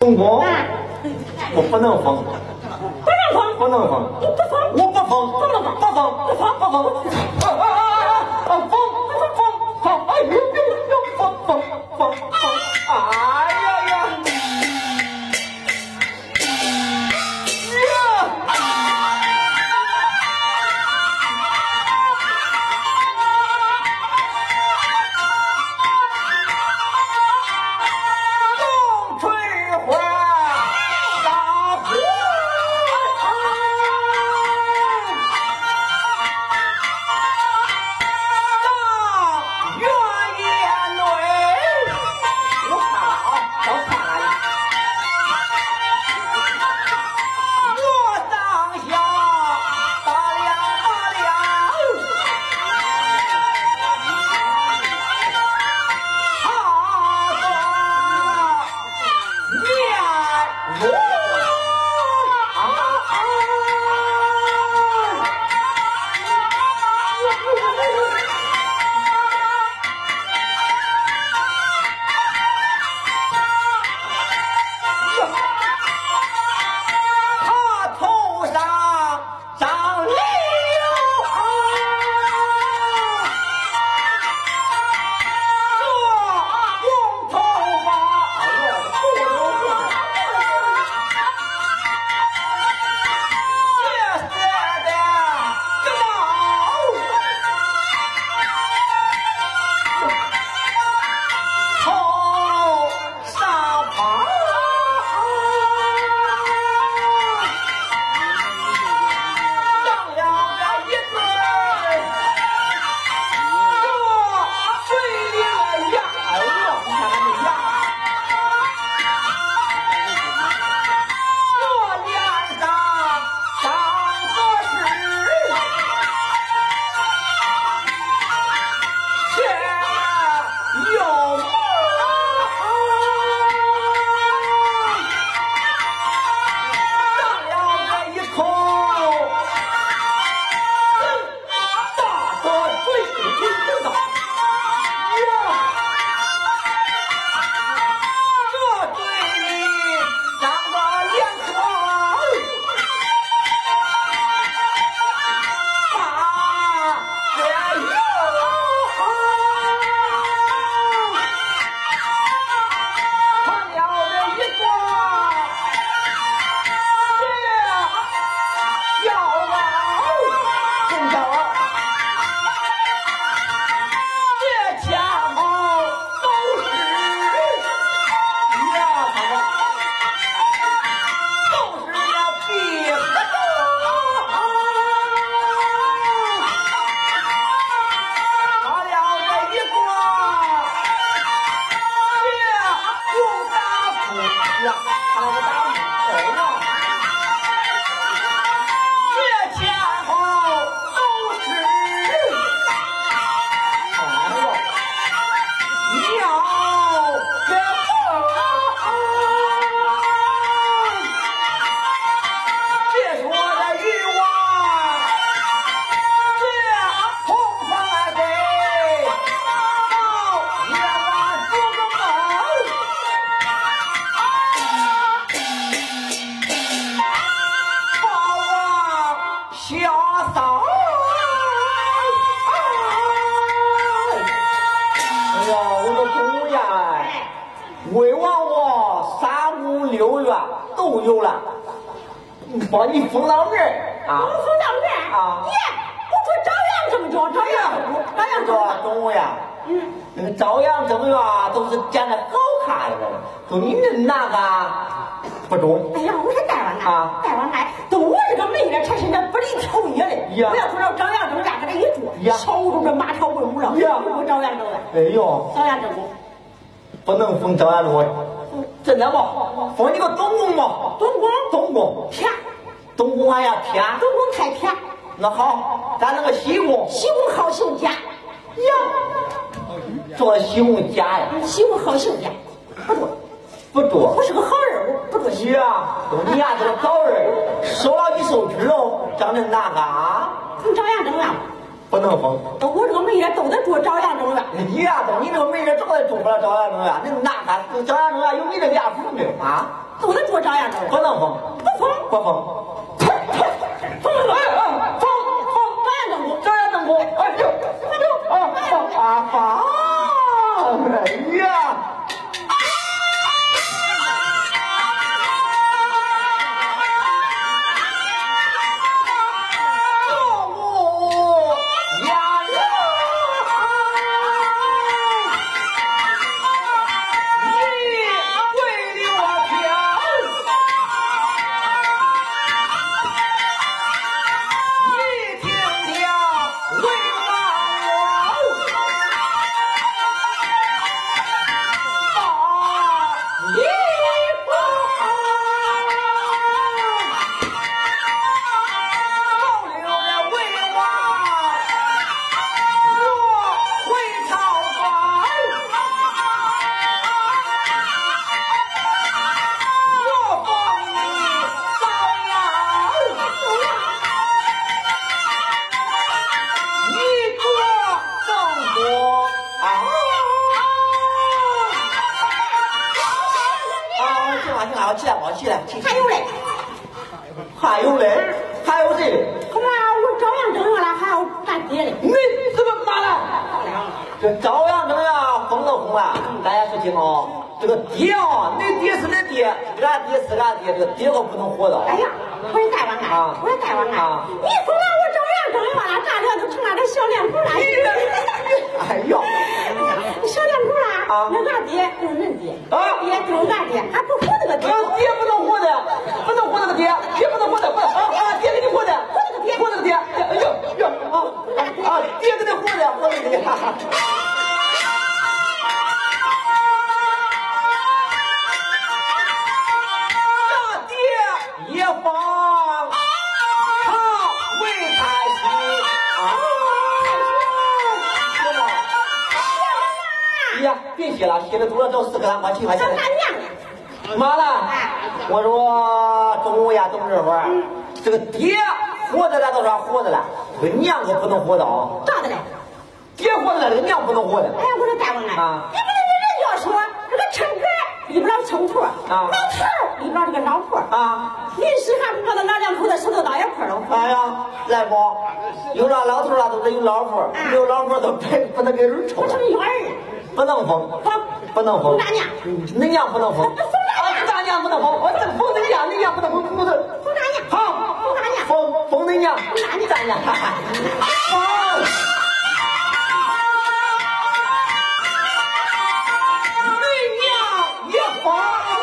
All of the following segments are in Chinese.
公公，我不能疯，不能疯，我不疯，不能疯，不疯，不疯，不疯，疯，哎呦，疯，哎呀呀！把你封到这儿啊！ 封到这儿啊！ 耶！我说朝阳正庄，朝阳正庄， 懂呀？那个朝阳正院都是剪的好看的，就你们那个不中。 哎呀，我说大王啊，大王啊，都我这个媒人才是那不离头也嘞。不要说到朝阳正院搁这一坐，小着这马超棍舞了，我朝阳正院。 哎呦， 朝阳正宫不能封朝阳正院，真的吗？封你个东宫吧。东宫偏。 东宫还要偏， 东宫太偏。 那好，咱那个西宫好姓贾呀， 做西宫贾呀。 西宫好姓贾， 不多。 我是个好人，我不多姓。 呀，你丫这个好人，收了你手指头，长成那个啊？ 封朝阳正院不能封。 我这个媒人都得住朝阳正院。 你呀，你这个媒人早就住不了朝阳正院，那个朝阳正院有你这俩父没有啊？ 我照样走。 不能封， 不封， 不封。 封，照样整过， 照样整过。哎呦，哎呀！ 还有嘞， 还有嘞，还有谁嘞？ 他妈，我照样整了，还要干爹嘞？ 你怎么妈了？这照样整呀，封都封了。大家说清哦，这个爹啊，你爹是你爹，俺爹是俺爹，这个爹可不能活的。 哎呀，我也带完啊， 我也带完啊！你封了，我照样整完了，大这都成俺这小脸谱了。 哎呦， 小脸谱了啊！那俺爹就是恁爹，爹就是俺爹，还不服那个爹。 爹不能活的，不能活那个爹，爹不能活的，不爹给你活的， 活那个爹， 活那个爹。哎呦爹给你活的，活那个爹。那爹也放，他为开心啊！呀，别写了，写的多了找4个人，我去快去。妈了，我说中午呀，懂这会儿，这个爹活着了都算活着了，这个娘可不能活的啊。 咋的嘞？ 爹活着了，这个娘不能活的。 哎呀，我说大王啊，你不能人要说这个称哥离不了称婆啊，老头离不了这个老婆啊，临时还不知道哪两口子手头到一块了。 哎呀，来不？有了老头了都是有老婆，有老婆都不能给人抽。 我成有儿。 不能封，不能封。 大娘， 恁娘不能封。大娘不能封，我这封恁娘，恁娘不能封，不是。 封大娘。 好， 封大娘。 封恁娘。大娘。封。恁娘也封。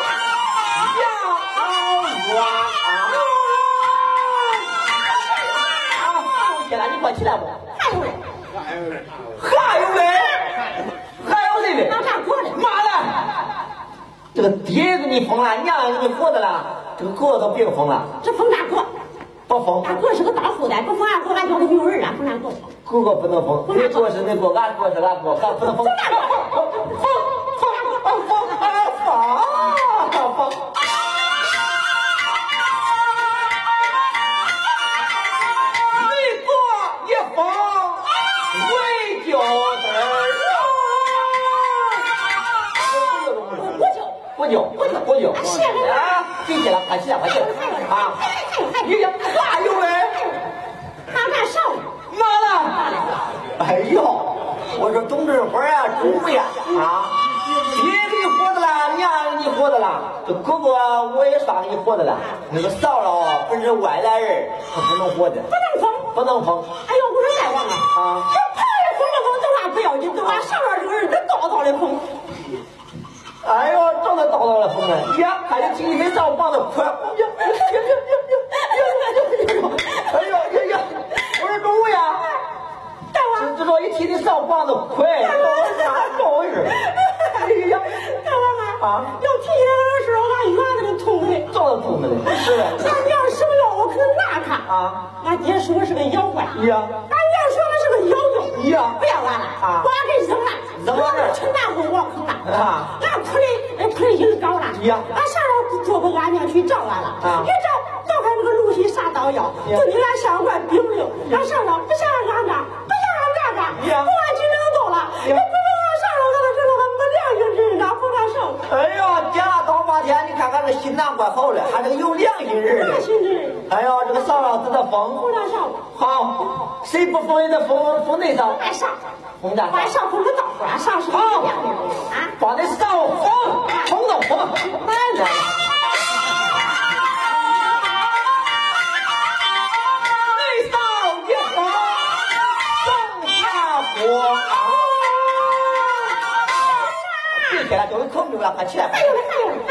起来，你快起来不？ 还有嘞。 还有嘞。 那啥过嘞？ 妈的！这个爹给你封了，娘给你活的了，这个哥都别封了。 这封大哥？ 不封。 俺哥是个大后代，不封俺哥，俺叫他有儿啊，封俺哥。 哥哥不能封，你哥是你哥，俺哥是俺哥，咱不能封。 封大哥。 封。你哥也封，为救儿。不久，啊！别起来，快起来，快起来！啊！还有嘞， 还干啥？ 妈了！哎呦，我说董志辉啊，主呀啊！爹给你活的了，娘给你活的了，这哥哥我也算给你活的了。那个嫂嫂本是外来人，他不能活的，不能封。 哎呦，我说大王啊，这怕是封不封都俺不要紧，都俺上边这个人，他叨叨的封。 哎呦，真的叨叨了疯了！呀，还有今天上榜的快！哎呦！我说中午呀， 大王， 这说一提你上榜的快，怎么回事？哎呀， 大王啊，要提起来的时候，俺院子里痛的， 早就痛的了，是的。 俺娘手要我可拿他啊， 俺爹说我是个妖怪呀， 俺娘说我是个妖精呀， 不要俺了啊， 我给扔了， 扔到这儿， 陈大户往坑了啊， 俺哭的硬高了呀， 俺上着做不俺娘去找俺了啊， 一找看那个露西啥刀药，就你俺上官冰溜，俺上上不像俺家，不像俺家家，不俺几能动了，不俺上上俺都知道俺没良心人，俺不敢上。 哎呀，家刀把半天，你看看这心脏怪好了，还是个有良心人的。哎呦，这个嫂嫂知道疯。好，谁不疯也得疯那嫂。疯啥？ 晚上疯个道儿，上是好啊， 把那嫂疯到疯，来来。那嫂一疯，种下火。别起来，都有口病了，快起来！ 还有嘞！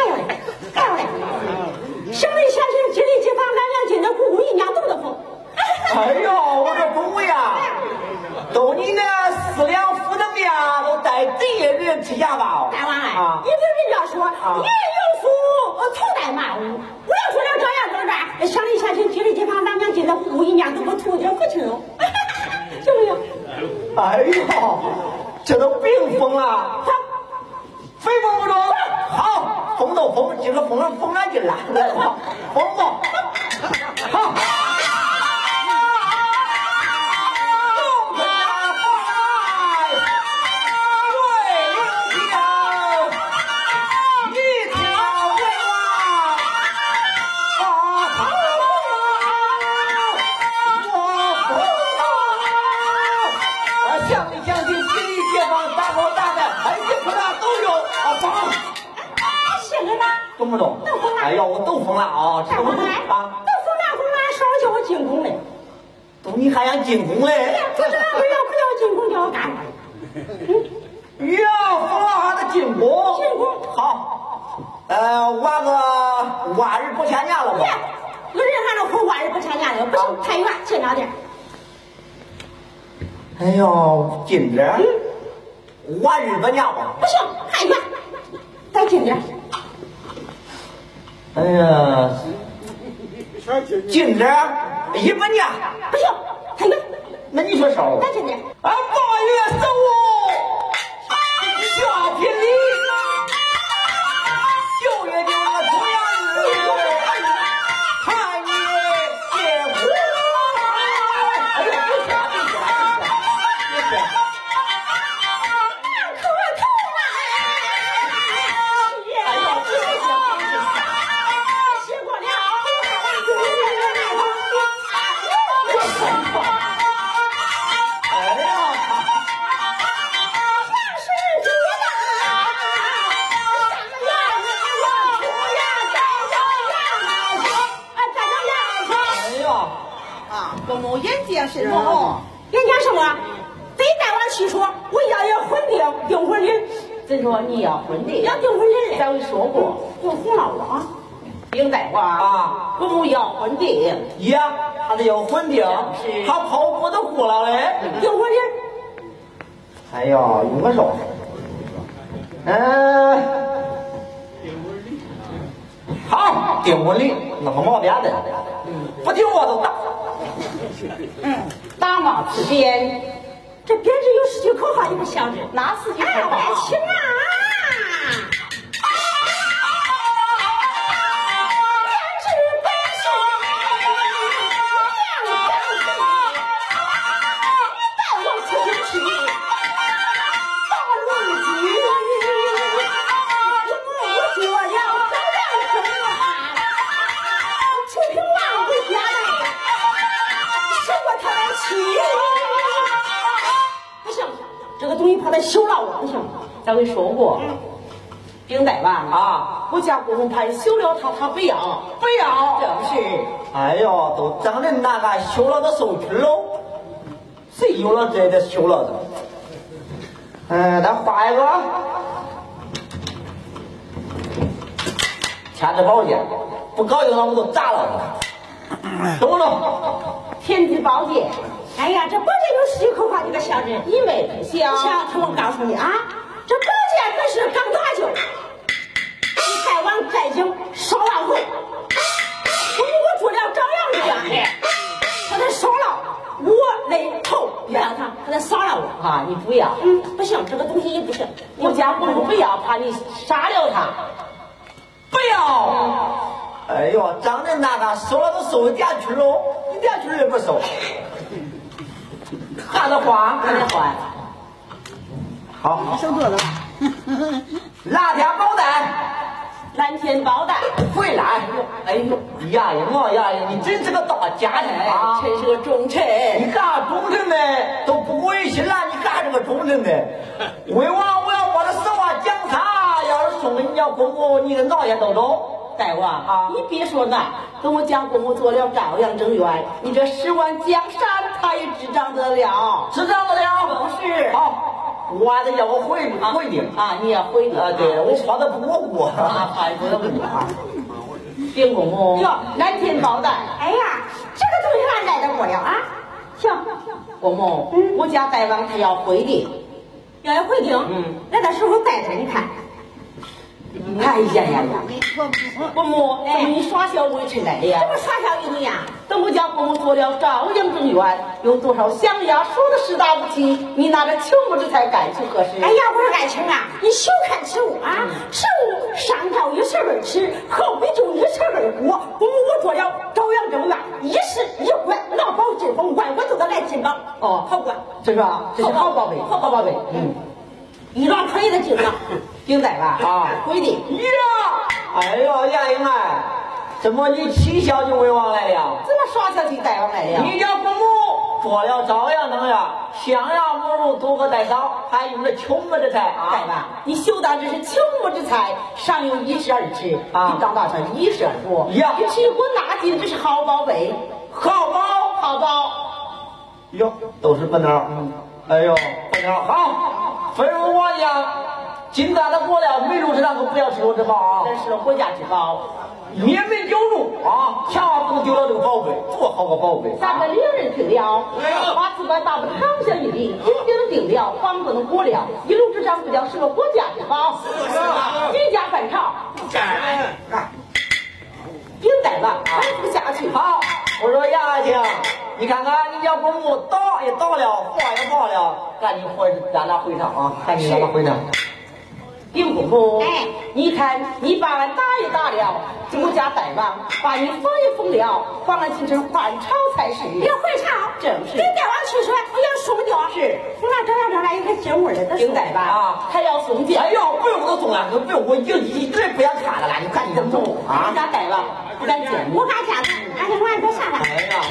省内乡亲、邻里街坊、南阳街的姑姑姨娘都得疯。 哎呦，我说公公呀，都你那4两夫的面都带第人吃下吧？ 大王哎，你对人家说，人有福，头戴满屋。我要说了这样怎么办？乡里乡亲、邻里街坊、南阳街的姑姑姨娘都给图点不听，行不行？ 哎呦，这都病疯了。非疯不中，好，疯都疯，今个疯来劲了，疯不？好。懂不懂？哎呦，我都疯了啊！ 都疯了，稍叫我进宫嘞。 都你还想进宫嘞？ 不要进宫叫我干啥？ 要疯了还得进宫？ 进宫好，晚日不牵娘了吧？ 有人还能活晚日不牵娘的，不行，太远，近两点。 哎呦，近点，晚日不娘吧？ 不行，太远，再近点。 哎呀，近点，1百年不行，太远。 那你说少？ 再近点。 8月15下品里，9月9个重阳日，看你结婚。哎呀，别说。 演讲什么？演讲什么？得带完去说，我要婚订婚人。 真说你要婚订？ 要订婚人嘞。 咱们说过， 我哄了我啊。 丁代话啊， 公公要婚订呀，他得要婚订，他跑步都过了嘞。 订婚人。 哎呀，有个说，好，订婚礼弄个毛边的，不听我都打。 打嘛此边， 这编制有10句口号，你不晓得？ 哪4句口号？ 请啊！他来羞了我不行， 咱们说过，丁代吧啊， 我家公公派休了他，他不要，这不是。 哎呦，都长人那个休了都受屈喽，谁有了这得休了的？咱画一个天之宝剑，不高兴了我都砸了，懂不懂？ 天之宝剑。 哎呀，这宝剑有10句口号，你可晓得？ 你没得想？ 听我告诉你啊，这宝剑可是刚打就，你再往寨井烧完后，我做了张良的，把他烧了，我来头原谅他，把他杀了我啊！你不要， 不行，这个东西也不行。 我家公公不要，怕你杀了他， 不要。哎呦，长人那个收了都收一点去喽，一点去也不收。看着花，好， 你收多了。 蓝天宝带， 蓝天宝带回来！哎呦，丫呀，我丫呀，你真是个大家庭啊！ 臣是个忠臣。 你干忠臣的都不归心了，你干这个忠臣的？魏王，我要把这实话讲他，要是送给你家公公，你的脑袋都走。 大王啊，你别说那，等我将公公做了朝阳正院，你这10万江山他也执掌得了， 执掌得了。 正是。 好，我还得叫我回的啊，你也回的啊？对，我跑得不过我啊，跑得不过啊。丁公公哟，蓝天宝带， 哎呀，这个东西俺带得过了啊！ 行，公公，我家大王他要回的， 要回京，来到时候带着你看。 哎呀呀呀！公公，你耍小微臣来的呀？ 怎么耍小给你呀？ 等我家公公做了朝阳正院，有多少乡衙说的是大不起，你拿着请我这才敢去何事？ 哎呀，不是爱卿啊，你休看此物啊！此物上朝1十二尺，后背就1尺2骨。公公我做了朝阳正院，一事一关，牢保之风，万官都得来进宝。 哦， 好官， 这是这是好宝贝，好宝贝。 一双可以的进了， 丁代吧？ 啊， 回的呀！哎呦，杨英爱，怎么你取消你魏王来了？ 怎么耍小气大王来了？ 你家公公做了朝阳正院，襄阳母乳多个代嫂，还用着穷么的菜啊？ 代吧，你休当这是穷么之菜，上有1尺2尺， 啊， 你长大才1尺2骨， 呀， 你吃过纳金，这是好宝贝，好宝。 哟，都是笨鸟。哎呦，笨鸟好，吩咐王家，金大的过了，没路之上可不要吃我这宝啊！ 这是国家之宝， 灭门九入啊，千万不能丢了这个宝贝，多好个宝贝！ 咱们2人去了，把自管大不躺下一立，定了，房不能过了，一路之上不叫是个国家之宝，一家反朝，应该吧？反复下去。 好，我说丫头，你看看你家公公倒也倒了，话也话了，赶紧咱俩回场啊！赶紧咱俩回场。 丁公公， 哎， 你看你把俺打也打了，我家大王把你封也封了，还俺请成换朝才是。 要回朝， 正是。 给大王去说要送掉， 是。 我那这来有点京味的， 丁代吧啊，还要送件。 哎呦，不用我送了，不用，我一直不想看了啦，你赶紧走啊！ 俺家大王不敢见我敢见他，俺先往这上来。 哎呀！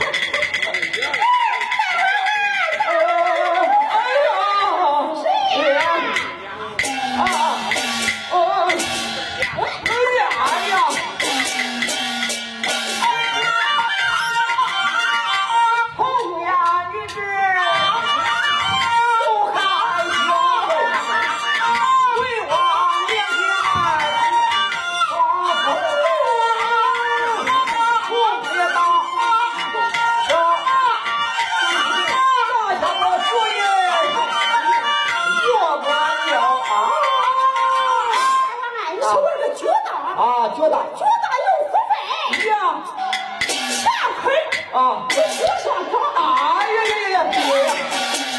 脚大有福费呀， 大亏啊！ 你多少招？ 哎呀呀呀呀！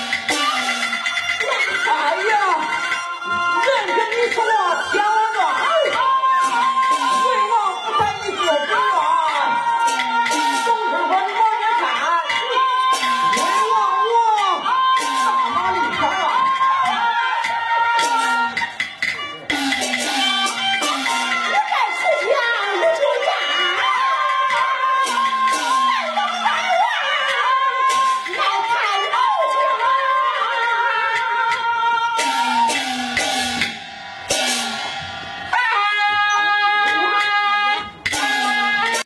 哎呀，人跟你说千万个。